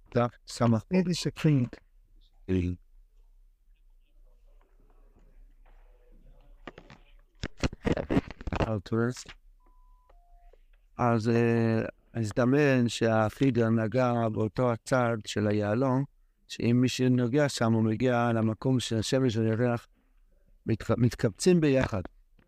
Da, sama. איזה קרינג. אז הזדמן שהפיגר נגע באותו הצד של היעלון, שאם מישהו נוגע שם, הוא מגיע למקום שהשמש והירח מתקבצים ביחד.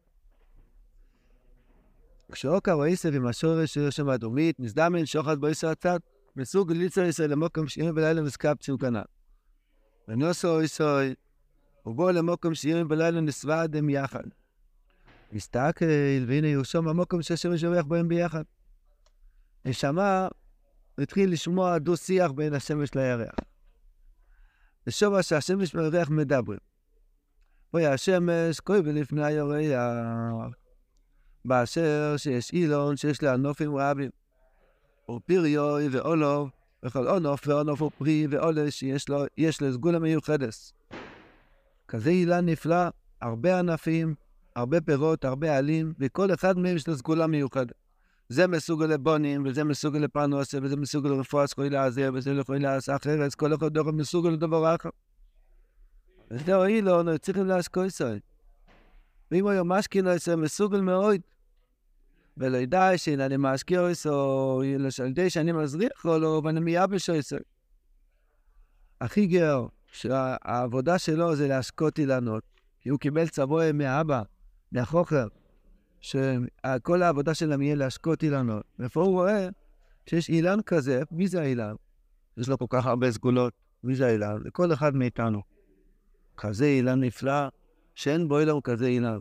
כשאוקר או עשר עם השורש של שם אדומית, מזדמן שוחד בו עשר הצד, מסוג ליצר ישראל למוקם שירים בלילה מסקבצים כנ"ל. ונוסו איסוי, ובו למוקם שירים בלילה נסוועדם יחד. מסתכל, והנה ירשום המוקם שהשמש והירח בהם ביחד. נשמה, התחיל לשמוע דו שיח בין השמש לירח. ושומע שהשמש והירח מדברים. בואי השמש, כוי ולפני הירח. באשר שיש אילון שיש לה נופים רבים. ופריוי ואולוב, וכל עונוף ועונוף ופרי ואולה שיש לו סגולה מיוחדת. כזה אילן נפלא, הרבה ענפים, הרבה פירות, הרבה עלים, וכל אחד מהם יש לו סגולה מיוחדת. זה מסוג לבונים, וזה מסוג לפרנסה, וזה מסוג לרפואה סקוילה הזה, וזה לכוילה אחרת, כל אחד דובר מסוג לדבר אחר. וזהו אילון, צריכים להשקוי סוי. ואם הוא משכין לו זה מסוג מאוד, ולא ידע שאני משקיע או לשלדי שאני מזריח לו, ואני מייבש אותו. הכי גר, שהעבודה שלו זה להשקות אילנות, כי הוא קיבל צבוע מהאבא, מהחוכר, שכל העבודה שלהם יהיה להשקות אילנות. ופה הוא רואה שיש אילן כזה, מי זה האילן? יש לו כל כך הרבה סגולות, מי זה האילן? לכל אחד מאיתנו. כזה אילן נפלא, שאין בו אילן כזה אילן.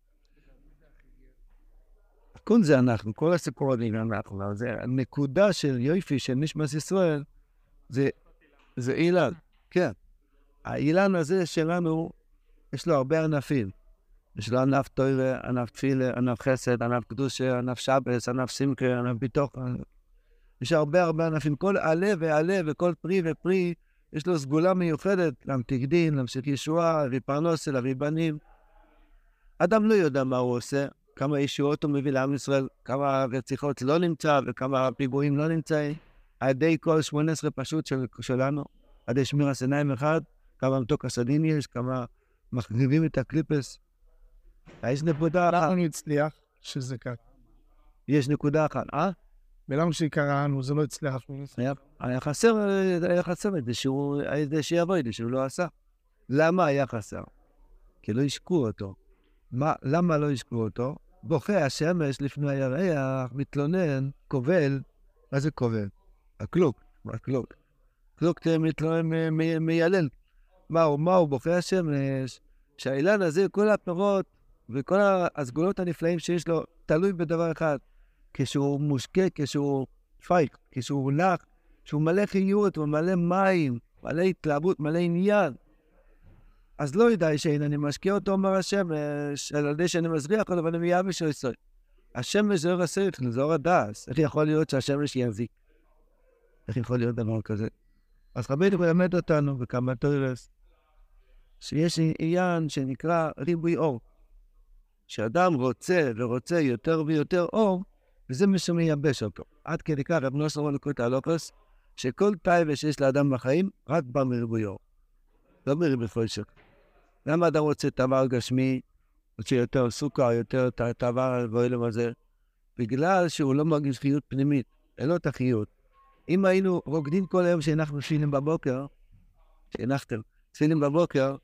כל זה אנחנו, כל הסיפור הזה אנחנו, זה הנקודה של יופי של נשמת ישראל, זה אילן, כן. האילן הזה שלנו, יש לו הרבה ענפים. יש לו ענף תורה, ענף תפילה, ענף חסד, ענף קדושה, ענף שבס, ענף שמחה, ענף ביטוח. יש הרבה ענפים. כל עלה ועלה וכל פרי ופרי, יש לו סגולה מיוחדת, להמתיק דין, להמשיך ישועה, להביא פרנסה, להביא בנים. אדם לא יודע מה הוא עושה, כמה ישועות הוא מביא לעם ישראל, כמה רציחות לא נמצא וכמה פיגועים לא נמצאים. על ידי כל 18 פשוט שלנו, על ידי שמיר הסנאים אחד, כמה מתוק הסדין יש, כמה מחריבים את הקליפס. יש נקודה אחת. למה אני הצליח שזה קרה? יש נקודה אחת, ולמה שקרה לנו זה לא הצליח? היה חסר את זה שהוא יבוא את זה שהוא לא עשה. למה היה חסר? כי לא השקו אותו. למה לא השקו אותו? בוכה השמש לפני הירח, מתלונן, קובל. מה זה קובל? הקלוק. מתלונן מיילל. מה הוא בוכה השמש? שהאילן הזה, כל הפירות וכל הסגולות הנפלאים שיש לו, תלוי בדבר אחד. כשהוא מושקע, כשהוא פייק, כשהוא נח, כשהוא מלא חיות ומלא מים, מלא התלהבות, מלא עניין. אז לא ידעי שאני משקיע אותו, אומר השמש, על ידי שאני מזריח אותו, ואני מייבש אותו. השמש זה אור השכל, זה אור הדס. איך יכול להיות שהשמש יזיק? איך יכול להיות דבר כזה? אז רבינו מלמד אותנו בכמה תורס, שיש עניין שנקרא ריבוי אור. שאדם רוצה ורוצה יותר ויותר אור, וזה מה שמייבש אותו. עד כדי כך, רב נוסר מלכות הלוקוס, שכל טייבה שיש לאדם בחיים, רק בא מריבוי אור. לא מריבוי חושך. למה אדם רוצה תאוור גשמי, רוצה יותר סוכר, יותר תאוור ואילם הזה? בגלל שהוא לא מרגיש חיות פנימית, אין לו את החיות. אם היינו רוקדים כל היום שאנחנו תפילים בבוקר, תפילים בבוקר,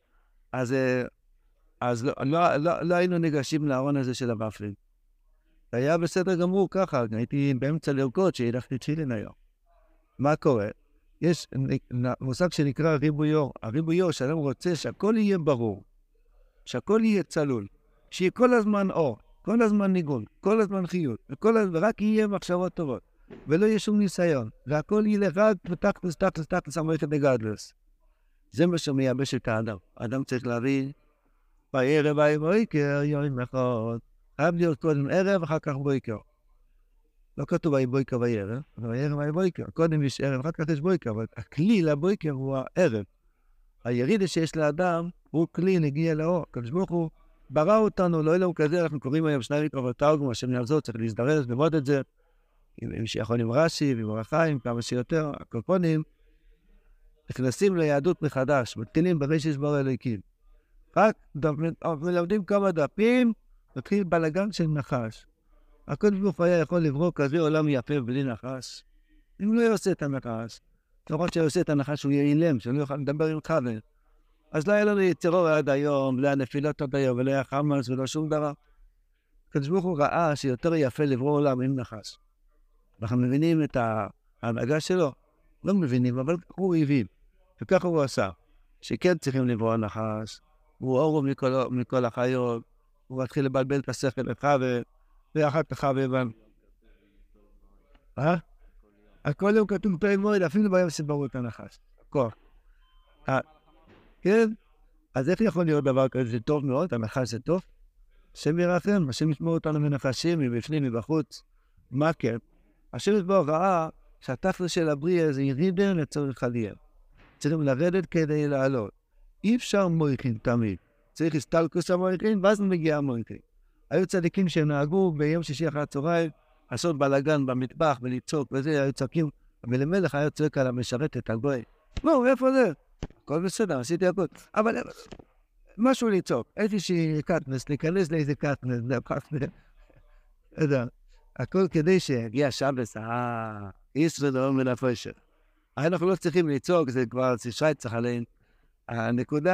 אז לא היינו ניגשים לארון הזה של הבפלים. היה בסדר גמור ככה, הייתי באמצע לרקוד שהלכתי תפילין היום. מה קורה? יש מושג שנקרא ריבוי אור. הריבוי אור שאדם רוצה שהכל יהיה ברור, שהכל יהיה צלול, שיהיה כל הזמן אור, כל הזמן ניגון, כל הזמן חיות, ורק יהיה מחשבות טובות, ולא יהיה שום ניסיון, והכל ילך רק ותכלס המערכת לגדלס. זה מה שמייבש את האדם. האדם צריך להבין, בערב בויקר, יום אחד. חייב להיות קודם ערב, אחר כך בויקר. לא כתוב בויקר בערב, אבל בערב בויקר. קודם יש ערב, אחר כך יש בויקר, אבל הכלי לבויקר הוא הערב. הירידה שיש לאדם הוא כלי נגיע לאור. הקדוש ברוך הוא ברא אותנו, לא אלוהו כזה, אנחנו קוראים היום שני ריקוב התרגום, השם יעזור, צריך להזדרז, ללמוד את זה. עם שיכול עם רש"י ועם אור החיים, כמה שיותר, הקופונים, נכנסים ליהדות מחדש, מתחילים בראשית ברא אלוקים. רק מלמדים כמה דפים, מתחיל בלגן של נחש. הקדוש ברוך הוא היה יכול לברוא כזה עולם יפה בלי נחש. אם לא יעשה את הנחש, לפחות שיעשה את הנחש הוא יהיה אילם, שלא יוכל לדבר עם חבר. אז לא היה לנו יצרור עד היום, לא היה נפילות עד היום, ולא היה חמאס ולא שום דבר. הקדוש ברוך הוא ראה שיותר יפה לברוא עולם עם נחש. אנחנו מבינים את ההנהגה שלו? לא מבינים, אבל הוא הבין. וככה הוא עשה, שכן צריכים לברוא נחש, הוא אורו מכל החיות, הוא מתחיל לבלבל את השכל לחבר, ואחר כך חבר. הכל יום כתוב פרק מועד, אפילו ביום שברוא את הנחש. הכל. כן? אז איך יכול להיות דבר כזה? זה טוב מאוד, הנחש זה טוב. השם ירחם, השם ישמור אותנו מנחשים, מבפנים, מבחוץ. מה כן? השם ישמור ראה שהתכלס של הבריאה זה ירידה לצורך עלייה. צריכים לרדת כדי לעלות. אי אפשר מויכין תמיד. צריך הסתלקוס המויכין, ואז מגיע המויכין. היו צדיקים שנהגו ביום שישי אחר הצהריים, לעשות בלגן במטבח ולצעוק וזה, היו צועקים, ולמלך היה צועק על המשרתת, על גוי. לא, איפה זה? הכל בסדר, עשיתי הכל. אבל משהו לצעוק, איזושהי קטנס, להיכנס לאיזה קטנס, הכל כדי שיגיע שבס, ישראל לא מנפשר. אנחנו לא צריכים לצעוק, זה כבר שי צריך עליהם. הנקודה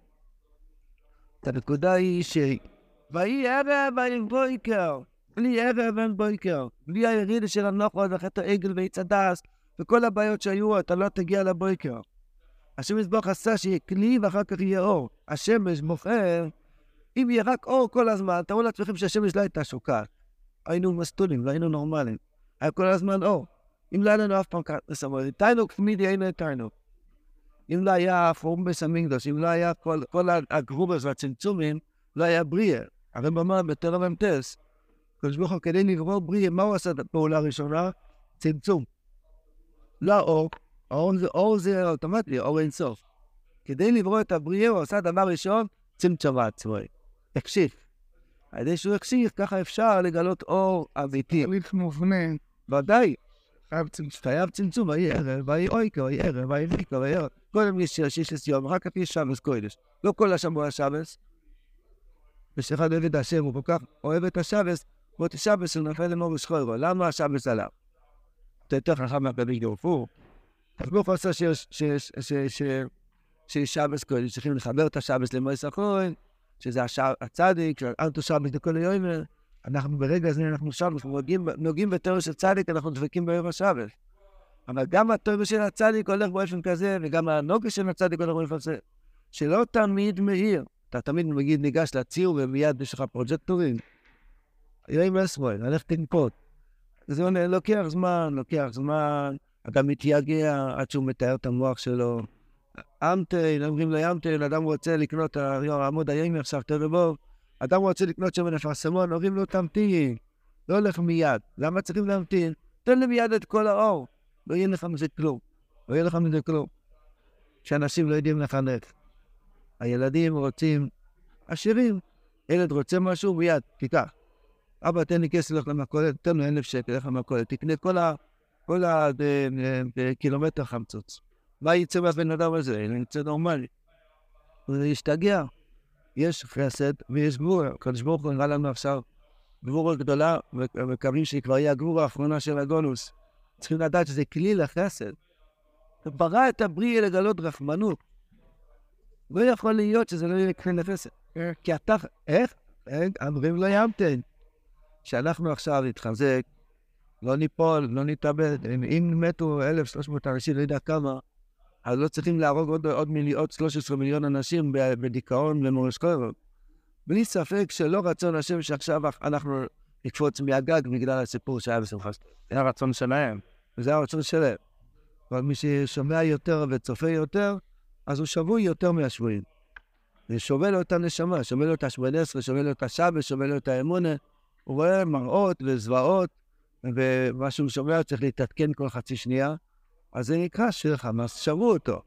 היא ויהי ערב ואין בויקר, בלי ערב ואין בויקר, בלי הירידה של הנוחות וחטא העגל ועץ הדס, וכל הבעיות שהיו, אתה לא תגיע לבויקר. השם יזבח עשה שיהיה כלי ואחר כך יהיה אור. השמש מוכר, אם יהיה רק אור כל הזמן, תראו לעצמכם שהשמש לא הייתה שוקעת. היינו מסטולים, לא היינו נורמליים. היה כל הזמן אור. אם לא היה לנו אף פעם כסמור, איתנו תמיד היינו איתנו. אם לא היה פורום בסמינגדוש, אם לא היה כל הגרובס והצמצומים, לא היה בריאה. הרי במה בתרם אמתס. קדוש ברוך הוא כדי לברוא בריאה, מה הוא עשה את הפעולה הראשונה? צמצום. לא אור. אור זה אוטומטי, אור אין סוף. כדי לברוא את הבריאה, הוא עשה דבר ראשון, צמצום עצמו. הקשיב. על ידי שהוא הקשיב, ככה אפשר לגלות אור אמיתי. תהליך מובנה. ודאי. חייב צמצום. ויהי ערב, ויהי אויקר, ויהי ערב, ויהי מיקר, ויהי ערב. קודם יש 16 יום, רק יש שבס קודש. לא כל השבוע השבס. ושאחד אוהב את השם, הוא כל כך אוהב את השבס, ואת השבס הוא נפל למור ושחורו. למה השבס עליו? אתה יותר חכם מהקדוש ברוך הוא. אז ברוך הוא עשה שיש שבס קודש, צריכים לחבר את השבס למועצת הכהן, שזה הצדיק, אנטו שבס לכל היום. אנחנו ברגע הזה, אנחנו שבס, נוגעים בתיאור של צדיק, אנחנו דבקים ביום השבס. אבל גם התיאור של הצדיק הולך באופן כזה, וגם הנוגע של הצדיק הולך באופן כזה, שלא תמיד מהיר. אתה תמיד ניגש לציר ומיד יש לך פרוג'קטורים. יואים לשמאל, הלך תנפות. זה לוקח זמן, אתה מתייגע עד שהוא מתאר את המוח שלו. אמתן, אומרים לי אמתן, אדם רוצה לקנות, עמוד הימי עכשיו, תרבוב, אדם רוצה לקנות שם נפרסמון, אומרים לו תמתין, לא הולך מיד. למה צריכים להמתין? תן לי מיד את כל האור. לא יהיה לך מזה כלום. שאנשים לא יודעים לחנך. הילדים רוצים עשירים. ילד רוצה משהו מיד, תיקח. אבא, תן לי כסף לך למכולת, תן לו 1,000 שקל לך למכולת, תקנה כל הקילומטר חמצוץ. מה יצא מהבן אדם הזה? יצא נורמלי. הוא ישתגע. יש חסד ויש גבורה. הקדוש ברוך הוא נראה לנו עכשיו גבורה גדולה, ומקווים שהיא כבר יהיה הגבורה האחרונה של הגונוס. צריכים לדעת שזה כלי לחסד. הוא ברא את הבריאה לגלות רחמנות. לא יכול להיות שזה לא יהיה כלי לחסד. כי אתה, איך? אמרים לא ימתן. שאנחנו עכשיו נתחזק, לא ניפול, לא נתאבד. אם מתו 1,300 אנשים, לא יודע כמה, אז לא צריכים להרוג עוד 13 מיליון אנשים בדיכאון ומורש קורב. בלי ספק שלא רצון השם שעכשיו אנחנו נקפוץ מהגג בגלל הסיפור שהיה בשמחה. זה הרצון שלהם, וזה הרצון שלהם. אבל מי ששומע יותר וצופה יותר, אז הוא שבוי יותר מהשבויים. ושווה לו את הנשמה, שווה לו את ה-18, שווה לו את השבס, שווה לו את האמונה. הוא רואה מראות וזוועות, ומה שהוא שומע צריך להתעדכן כל חצי שנייה, אז זה נקרא שחמאס שבו אותו.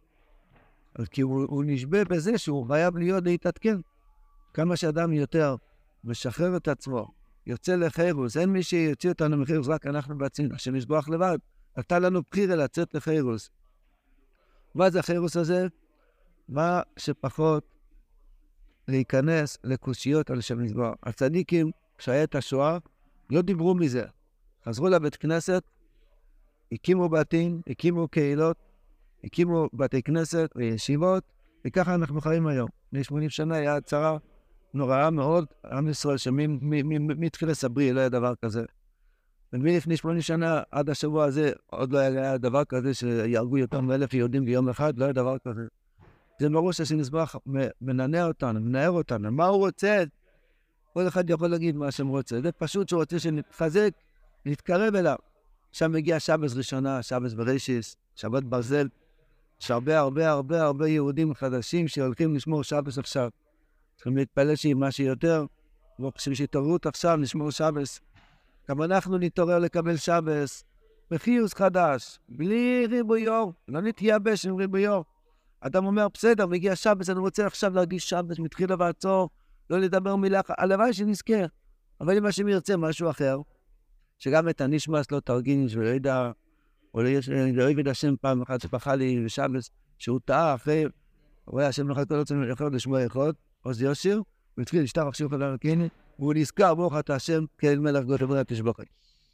כי הוא נשבע בזה שהוא חייב להיות להתעדכן. כמה שאדם יותר משחרר את עצמו, יוצא לחירוס, אין מי שיוציא אותנו מחירוס, רק אנחנו בעצמנו, שנשבוח לבד. נתן לנו בחירה לצאת לחירוס. מה זה החירוס הזה? מה שפחות להיכנס לקושיות על שם מזבח. הצדיקים, כשהיה את השואה, לא דיברו מזה. חזרו לבית כנסת, הקימו בתים, הקימו קהילות, הקימו בתי כנסת וישיבות, וככה אנחנו חיים היום. לפני 80 שנה היה צרה נוראה מאוד, עם ישראל שמתחיל סברי, לא היה דבר כזה. ולפני 80 שנה, עד השבוע הזה, עוד לא היה דבר כזה שיהרגו יותר מ1,000 יהודים ביום אחד, לא היה דבר כזה. זה ברור שמזבח מנענע אותנו, מנער אותנו. מה הוא רוצה? כל אחד יכול להגיד מה שהוא רוצה. זה פשוט שהוא רוצה שנתחזק, נתקרב אליו. שם מגיע שבת ראשונה, שבת בראשיס, שבת ברזל. יש הרבה יהודים חדשים שהולכים לשמור שבת עכשיו. צריכים להתפלל שיהיה משהו יותר, ובשביל שהתעוררות עכשיו לשמור שבת. גם אנחנו נתעורר לקבל שבת, בחיוס חדש, בלי ריבויור, לא נתייבש עם ריבויור. אדם אומר, בסדר, מגיע שבת, אני רוצה עכשיו להרגיש שבת, מתחילה ועצור, לא לדבר מילה, הלוואי שנזכר. אבל אם השם ירצה משהו אחר, שגם את הנשמס לא תרגיש ולא ידע, או לא יגיד השם פעם אחת שפחה לי בשבת, שהוא טעה אחרי, רואה השם לך כל עצמם יכול לשמוע יכול, עוז יושר, הוא התחיל לשתח עכשיו חלק הכיני, והוא נזכר ברוך אתה השם, כאל מלך גאות עבודת תשבוכת.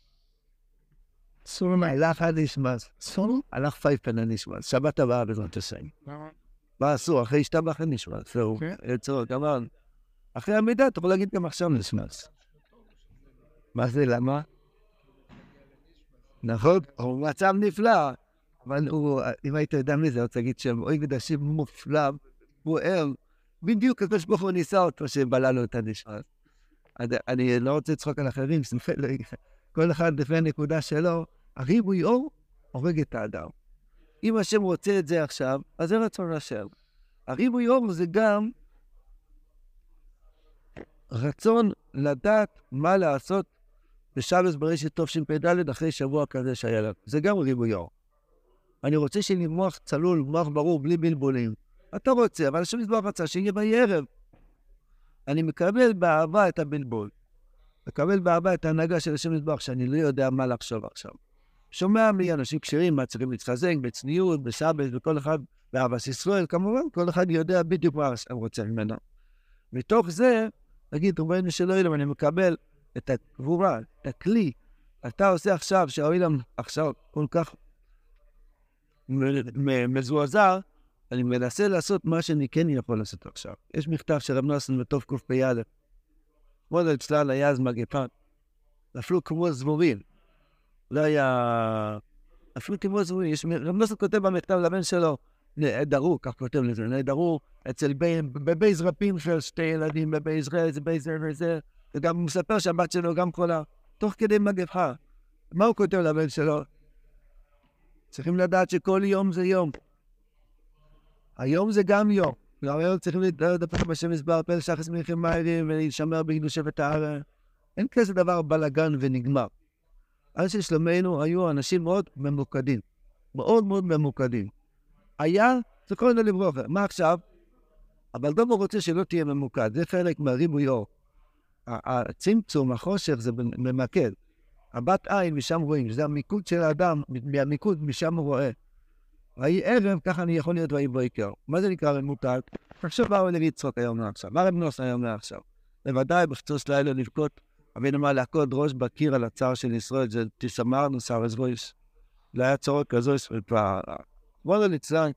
הלך הנשמס, הלך פייפן הנשמס, שבת הבאה בעזרת השם. מה עשו? אחרי השתבח הנשמס, זהו, יצרות, אמר, אחרי המידה, אתה יכול להגיד גם עכשיו נשמס. מה זה, למה? נכון, הוא מצב נפלא, אבל אם היית יודע מזה, עוד תגיד שם, אוי ודשים מופלא, הוא ער, בדיוק הקדוש ברוך הוא ניסה אותו שבלה לו את הנשמס. אני לא רוצה לצחוק על אחרים, כל אחד לפי הנקודה שלו, הריבוי אור הורג את האדם. אם השם רוצה את זה עכשיו, אז זה רצון השם. הריבוי אור זה גם רצון לדעת מה לעשות בשבת בראשית תשפ"ד אחרי שבוע כזה שהיה לנו. זה גם ריבוי אור. אני רוצה שיהיה לי מוח צלול, מוח ברור, בלי בלבולים. אתה רוצה, אבל השם יתברך רצה שיהיה בערב. אני מקבל באהבה את הבלבול. מקבל באהבה את ההנהגה של השם יתברך, שאני לא יודע מה לחשוב עכשיו. שומע לי אנשים כשרים, מה צריכים להתחזק, בצניעות, בשבת, וכל אחד, באהבת ישראל, כמובן, כל אחד יודע בדיוק מה הם רוצה ממנו. מתוך זה, נגיד, רובנו של אילם, אני מקבל את הגבורה, את הכלי. אתה עושה עכשיו, שהאילם עכשיו כל כך מזועזע, אני מנסה לעשות מה שאני כן יכול לעשות עכשיו. יש מכתב של רב נוסן בטוב קפ"א. כמו אצלנו היה אז מגפה. נפלו כמו זבובים. לא היה... נפלו כמו זבובים. רב נוסן כותב במכתב לבן שלו, נעדרו, כך כותב לזה, נעדרו אצל בבייז רפים של שתי ילדים, בבייז רז, בבייז וזה, וגם הוא מספר שהבת שלו גם חולה, תוך כדי מגפה. מה הוא כותב לבן שלו? צריכים לדעת שכל יום זה יום. היום זה גם יום. היום צריכים לדפק בשם מסבר פל שחס מלכים מהירים ולהישמר בקדושה וטהרה. אין כזה דבר בלגן ונגמר. אנשי שלומנו היו אנשים מאוד ממוקדים. מאוד מאוד ממוקדים. היה, זה כל מיני לברוך. מה עכשיו? אבל גם הוא רוצה שלא תהיה ממוקד. זה חלק מהריבוי אור. הצמצום, החושך, זה ממקד. הבת עין משם רואים, שזה המיקוד של האדם, מהמיקוד משם הוא רואה. ויהי ערב, ככה אני יכול להיות ויהי בוקר. מה זה נקרא ממוקד? עכשיו באו אלי לצחוק היום מעכשיו. מה רב נוסן היום מעכשיו? בוודאי בחצות לילה לבכות, אבל נאמר להכות ראש בקיר על הצער של ישראל, זה תשמרנו שר הזרויס. לא היה צורות כזו, בוא לא נצלן.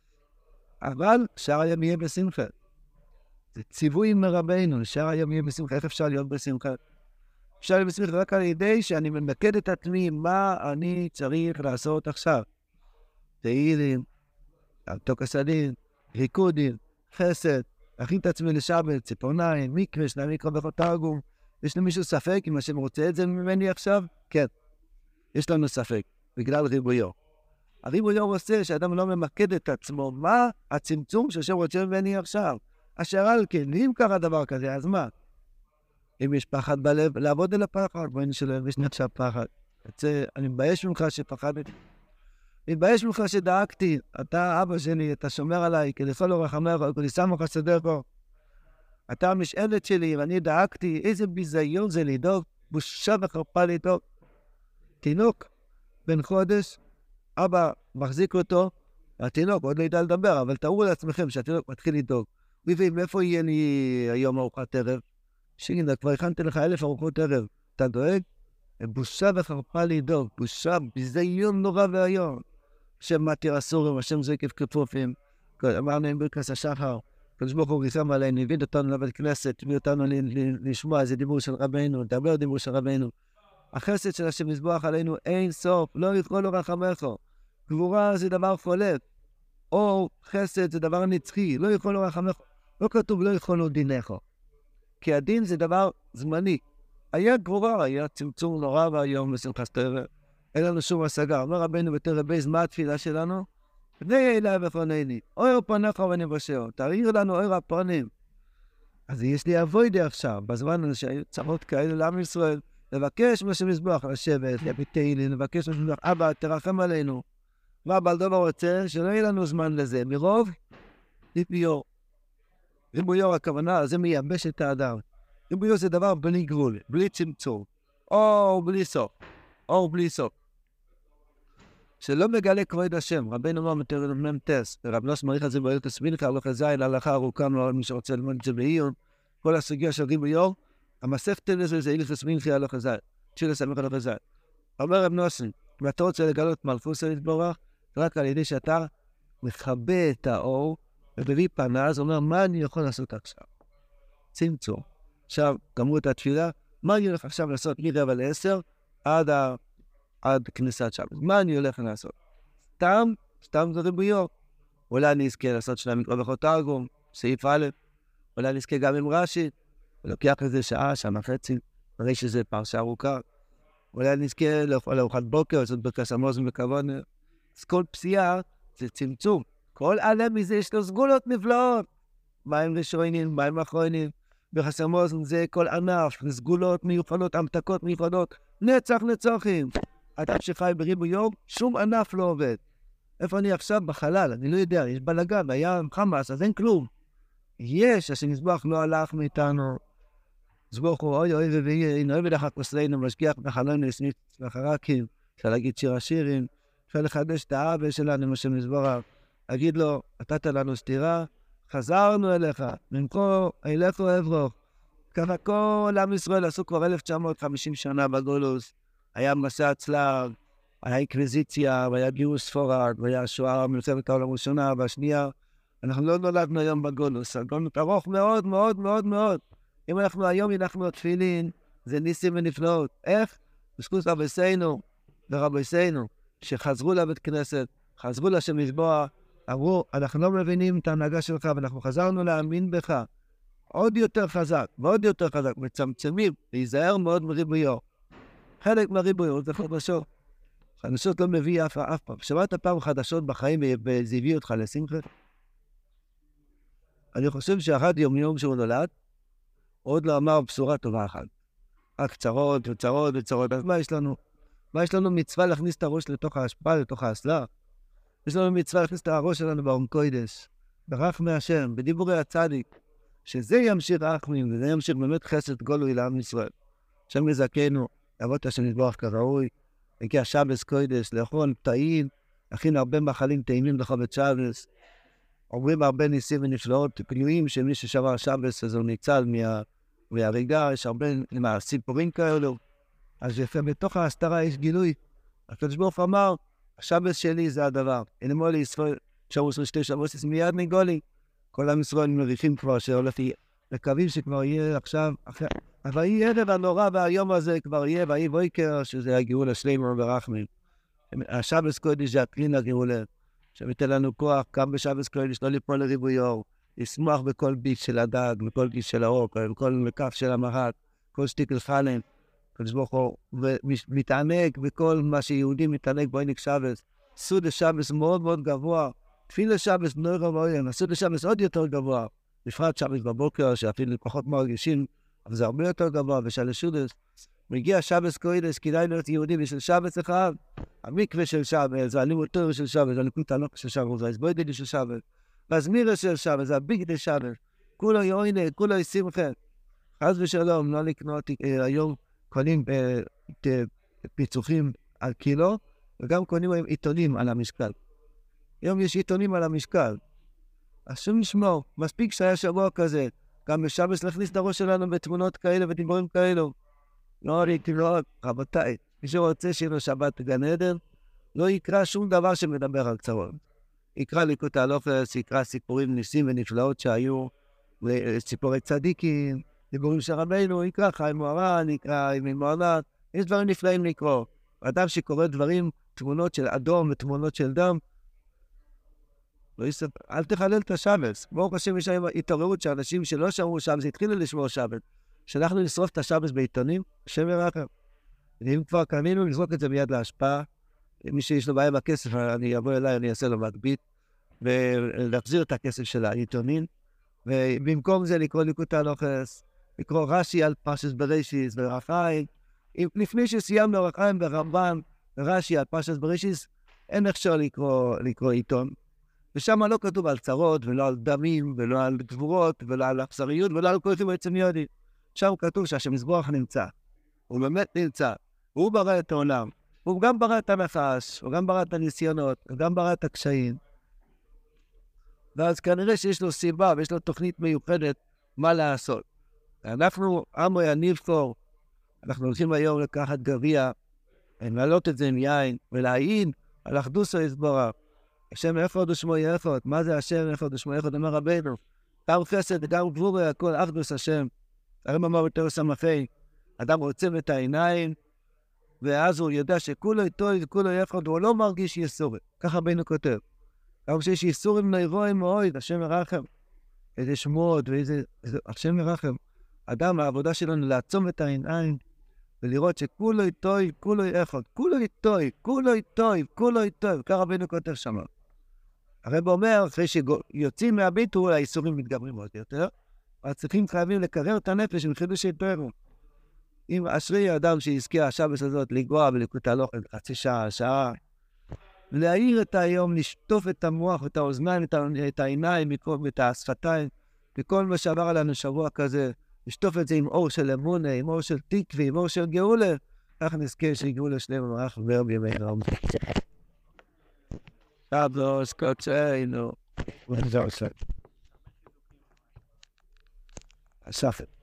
אבל שער היום יהיה בשמחה. זה ציווי מרבנו, שער היום יהיה בשמחה. איך אפשר להיות בשמחה? אפשר להיות בשמחה רק על ידי שאני ממקד את עצמי, מה אני צריך לעשות עכשיו. תהילים, תוק הסדין, ריקודים, חסד, להכין את עצמי לשבת, ציפורניים, מקווה, שני מקרא בכל תרגום. יש למישהו ספק אם השם רוצה את זה ממני עכשיו? כן. יש לנו ספק, בגלל ריבויו. הריבויו עושה שאדם לא ממקד את עצמו. מה הצמצום שהשם רוצה ממני עכשיו? אשר על כן, אם קרה דבר כזה, אז מה? אם יש פחד בלב, לעבוד על הפחד, בואי נשלם, יש נחשב פחד. אני מבייש ממך שפחדתי. מתבייש ממך שדאגתי, אתה אבא שלי, אתה שומר עליי, כי לכל אורך המלך, כי שם לך סדר פה. אתה המשענת שלי, ואני דאגתי, איזה ביזיון זה לדאוג, בושה וחרפה לדאוג. תינוק, בן חודש, אבא מחזיק אותו, התינוק עוד לא ידע לדבר, אבל תארו לעצמכם שהתינוק מתחיל לדאוג. מאיפה יהיה לי היום ארוחת ערב? שינה, כבר הכנתי לך 1000 ארוחות ערב. אתה דואג? בושה וחרפה לדאוג, בושה, ביזיון נורא ואיום. השם מתיר אסורים, השם זקף כפופים. אמרנו עם ברכת השחר, הקדוש ברוך הוא ריחם עלינו, הביא אותנו לבית כנסת, הביא אותנו לשמוע איזה דיבור של רבנו, לדבר דיבור של רבנו. החסד של השם יזבח עלינו אין סוף, לא יכול לו רחמך. גבורה זה דבר חולף, או חסד זה דבר נצחי, לא יכול לו רחמך. לא כתוב לא יכול לו דינך. כי הדין זה דבר זמני. היה גבורה, היה צמצום נורא והיום בשמחת תורה. אין לנו שום השגה. אומר רבנו בתורה בייס, מה התפילה שלנו? פני אליי ופרנני, אור פניך ונבשהו, תאיר לנו אור הפנים. אז יש לי אבוידה עכשיו, בזמן הזה שהיו צרות כאלה לעם ישראל, לבקש משהו מזבוח, לשבת, להביא תהילים, לבקש משהו מזבוח, אבא, תרחם עלינו. מה בעל דבר רוצה? שלא יהיה לנו זמן לזה, מרוב ריבויו. ריבויו הכוונה, זה מייבש את האדם. ריבויו זה דבר בלי גבול, בלי צמצום, או בלי סוף, או בלי סוף. שלא מגלה כבוד השם, רבינו אמר מתר ממתס, רב נוס מעריך את זה בארץ הסמינכה, הלוך הזין, להלכה ארוכה, מי שרוצה ללמוד את זה בעיון, כל הסוגיה של ריבויו, המסכת לזה זה הילך הסמינכה, הלוך הזין, תשיל לסמך הלוך הזין. אומר רב נוסן, אם אתה רוצה לגלות מלכות להתברך, רק על ידי שאתה מכבה את האור, ובלי פנה, אז אומר, מה אני יכול לעשות עכשיו? צמצום. עכשיו, גמרו את התפילה, מה אני הולך עכשיו לעשות מ-9:45 עד כניסת שבת? מה אני הולך לעשות? סתם זה ריבויו. אולי אני אזכה לעשות 2 מקרא ברכות תרגום, סעיף א', אולי אני אזכה גם עם רש"י, ולוקח איזה שעה וחצי, הרי שזה פרשה ארוכה. אולי אני אזכה לאכול ארוחת בוקר, לעשות ברכת המזון וכוונה. אז כל פסיעה זה צמצום. כל עלם מזה יש לו סגולות נפלאות. מים ראשונים, מים אחרונים. ברכת המזון זה כל ענף, סגולות מיוחדות, המתקות מיוחדות, נצח נצחים. אתה שחי בריבויו, שום ענף לא עובד. איפה אני עכשיו? בחלל, אני לא יודע, יש בלגן, היה חמאס, אז אין כלום. יש, השם יזבח לא הלך מאיתנו. זבוך הוא אוי אוי ואי, נאוי בדחק מסלנו, משגיח בחלנו, יסנית לחרקים, אפשר להגיד שיר השירים, אפשר לחדש את האבא שלנו, עם השם יזבח, להגיד לו, נתת לנו סתירה, חזרנו אליך, ממכו אליך אברוך. ככה כל עם ישראל עשו כבר 1950 שנה בגולוס, היה מסע צלב, היה אינקוויזיציה, והיה גירוש ספרד, והיה שואה מלחמת העולם הראשונה והשנייה. אנחנו לא נולדנו היום בגולוס, הגולוס ארוך מאוד מאוד מאוד מאוד. אם אנחנו היום הנחנו תפילין, זה ניסים ונפלאות. איך? בזכות רבותינו ורבותינו, שחזרו לבית כנסת, חזרו לשם יזבח, אמרו, אנחנו לא מבינים את ההנהגה שלך, ואנחנו חזרנו להאמין בך. עוד יותר חזק, ועוד יותר חזק, מצמצמים, להיזהר מאוד מריבויו. חלק מהריבויו זה חדשות. חדשות לא מביא אף פעם. שמעת פעם חדשות בחיים וזה הביא אותך לשמחה? אני חושב שאחד יום שהוא נולד, עוד לא אמר בשורה טובה אחת. רק צרות וצרות וצרות. אז מה יש לנו? מה יש לנו מצווה להכניס את הראש לתוך ההשפעה, לתוך האסלה? יש לנו מצווה להכניס את הראש שלנו בארון קודש, ברחמי השם, בדיבורי הצדיק, שזה ימשיך רחמים, וזה ימשיך באמת חסד גלוי לעם ישראל. השם יזכנו, לעבוד את השם יזבח כראוי, הגיע שבס קודש, לאכול טעים, להכין הרבה מאכלים טעימים לחובת שבס, אומרים הרבה ניסים ונפלאות, פנויים שמי ששבר שבס אז הוא ניצל מהריגה, יש הרבה סיפורים כאלו, אז יפה, בתוך ההסתרה יש גילוי. הקדוש ברוך אמר, השבס שלי זה הדבר. הנה מולי ישראל, שבוס ושתי שבוסס מיד נגולי. כל עם ישראל מריחים כבר שהולך לקווים שכבר יהיה עכשיו, אבל יהיה ערב הנורא והיום הזה כבר יהיה, והיא בויקר, שזה הגאול השלימה ברחמים. השבס קודש זה הכלין הגאולה, שביתן לנו כוח, גם בשבס קודש, לא ליפול לריבויו, לשמוח בכל ביט של הדג, בכל גיס של האוק, בכל מקף של המחק, כל שטיקל חלם. הקדוש ברוך הוא מתענג בכל מה שיהודי מתענג בעינק שבס. סוד השבס מאוד מאוד גבוה. תפיל השבס נורא ואוין, הסוד השבס עוד יותר גבוה. בפרט שבס בבוקר, שאפילו פחות מרגישים, אבל זה הרבה יותר גבוה, ושל השודס. מגיע שבס קודש, כדאי להיות יהודי בשביל שבס אחד. המקווה של שבס, זה הלימוד של שבס, זה הנקות הנוק של שבס, זה הסבוידלי של שבס, והזמירה של שבס, זה הביגדי שבס. כולו יוינה, כולו ישמחה. חס ושלום, לא לקנות היום קונים פיצוחים על קילו, וגם קונים עיתונים על המשקל. היום יש עיתונים על המשקל. השם ישמור, מספיק שהיה שבוע כזה, גם בשבס להכניס את הראש שלנו בתמונות כאלה ודיבורים כאלו. לא ראיתי מאוד, רבותיי, מי שרוצה שיהיה לו שבת גן עדן, לא יקרא שום דבר שמדבר על צרות. יקרא ליקוטי הלוכס, יקרא סיפורים ניסים ונפלאות שהיו, סיפורי צדיקים, דיבורים של רבינו, יקרא חיים מוהר"ן, יקרא ימי מוהר"ן, יש דברים נפלאים לקרוא. אדם שקורא דברים, תמונות של אדום ותמונות של דם, אל תחלל את השבס. ברוך השם יש היום התעוררות שאנשים שלא שמרו שבס, התחילו לשמור שבס. שאנחנו נשרוף את השבס בעיתונים, השם ירחם. ואם כבר קנינו, נזרוק את זה מיד להשפעה. מי שיש לו בעיה בכסף, אני אבוא אליי, אני אעשה לו מגבית, ולהחזיר את הכסף של העיתונים. ובמקום זה לקרוא ליקוטי הלוכס, לקרוא רש"י על פרשת בראשית ואור החיים. לפני שסיימנו אור החיים ברמב"ם, רש"י על פרשת בראשית, אין אפשר לקרוא עיתון. ושם לא כתוב על צרות, ולא על דמים, ולא על גבורות, ולא על אכזריות, ולא על כל זה בעצם יודעים. שם כתוב שהשם יזברך נמצא. הוא באמת נמצא. הוא ברא את העולם. הוא גם ברא את הנחש, הוא גם ברא את הניסיונות, הוא גם ברא את הקשיים. ואז כנראה שיש לו סיבה, ויש לו תוכנית מיוחדת מה לעשות. אנחנו, עמו יניבקור, אנחנו הולכים היום לקחת גביע, ולעלות את זה עם יין, ולהעיד על אחדוסו יזברך. השם אחד ושמו יחד. מה זה השם אחד ושמו יחד? אומר רבינו. גם חסד וגם גבורה, הכל אחדוס השם. הרב אמר בתורה סמכי, אדם עוצם את העיניים, ואז הוא יודע שכולו איתו וכולו יחד, הוא לא מרגיש יסורת. ככה רבינו כותב. גם שיש יסורים נאירועים מאוד, השם ירחם. איזה שמות ואיזה... השם ירחם. אדם, העבודה שלנו לעצום את העיניים, ולראות שכולו איתו, כולו יחד. כולו איתו, כולו איתו, כולו איתו. ככה רבינו כותב שם. הרב אומר, אחרי שיוצאים מהביטול, האיסורים מתגברים עוד יותר, אז חייבים לקרר את הנפש עם חידוש היתרו. אם אשרי האדם שיזכה השבס הזאת לגוע בליקוטי הלוכס חצי שעה, שעה, להאיר את היום, לשטוף את המוח ואת האוזניים, את העיניים, את השפתיים, וכל מה שעבר עלינו שבוע כזה, לשטוף את זה עם אור של אמונה, עם אור של תקווה, עם אור של גאולה, כך נזכה שגאולה שלם ומערך וברב ימי רום. שבוס קודשנו. אסף.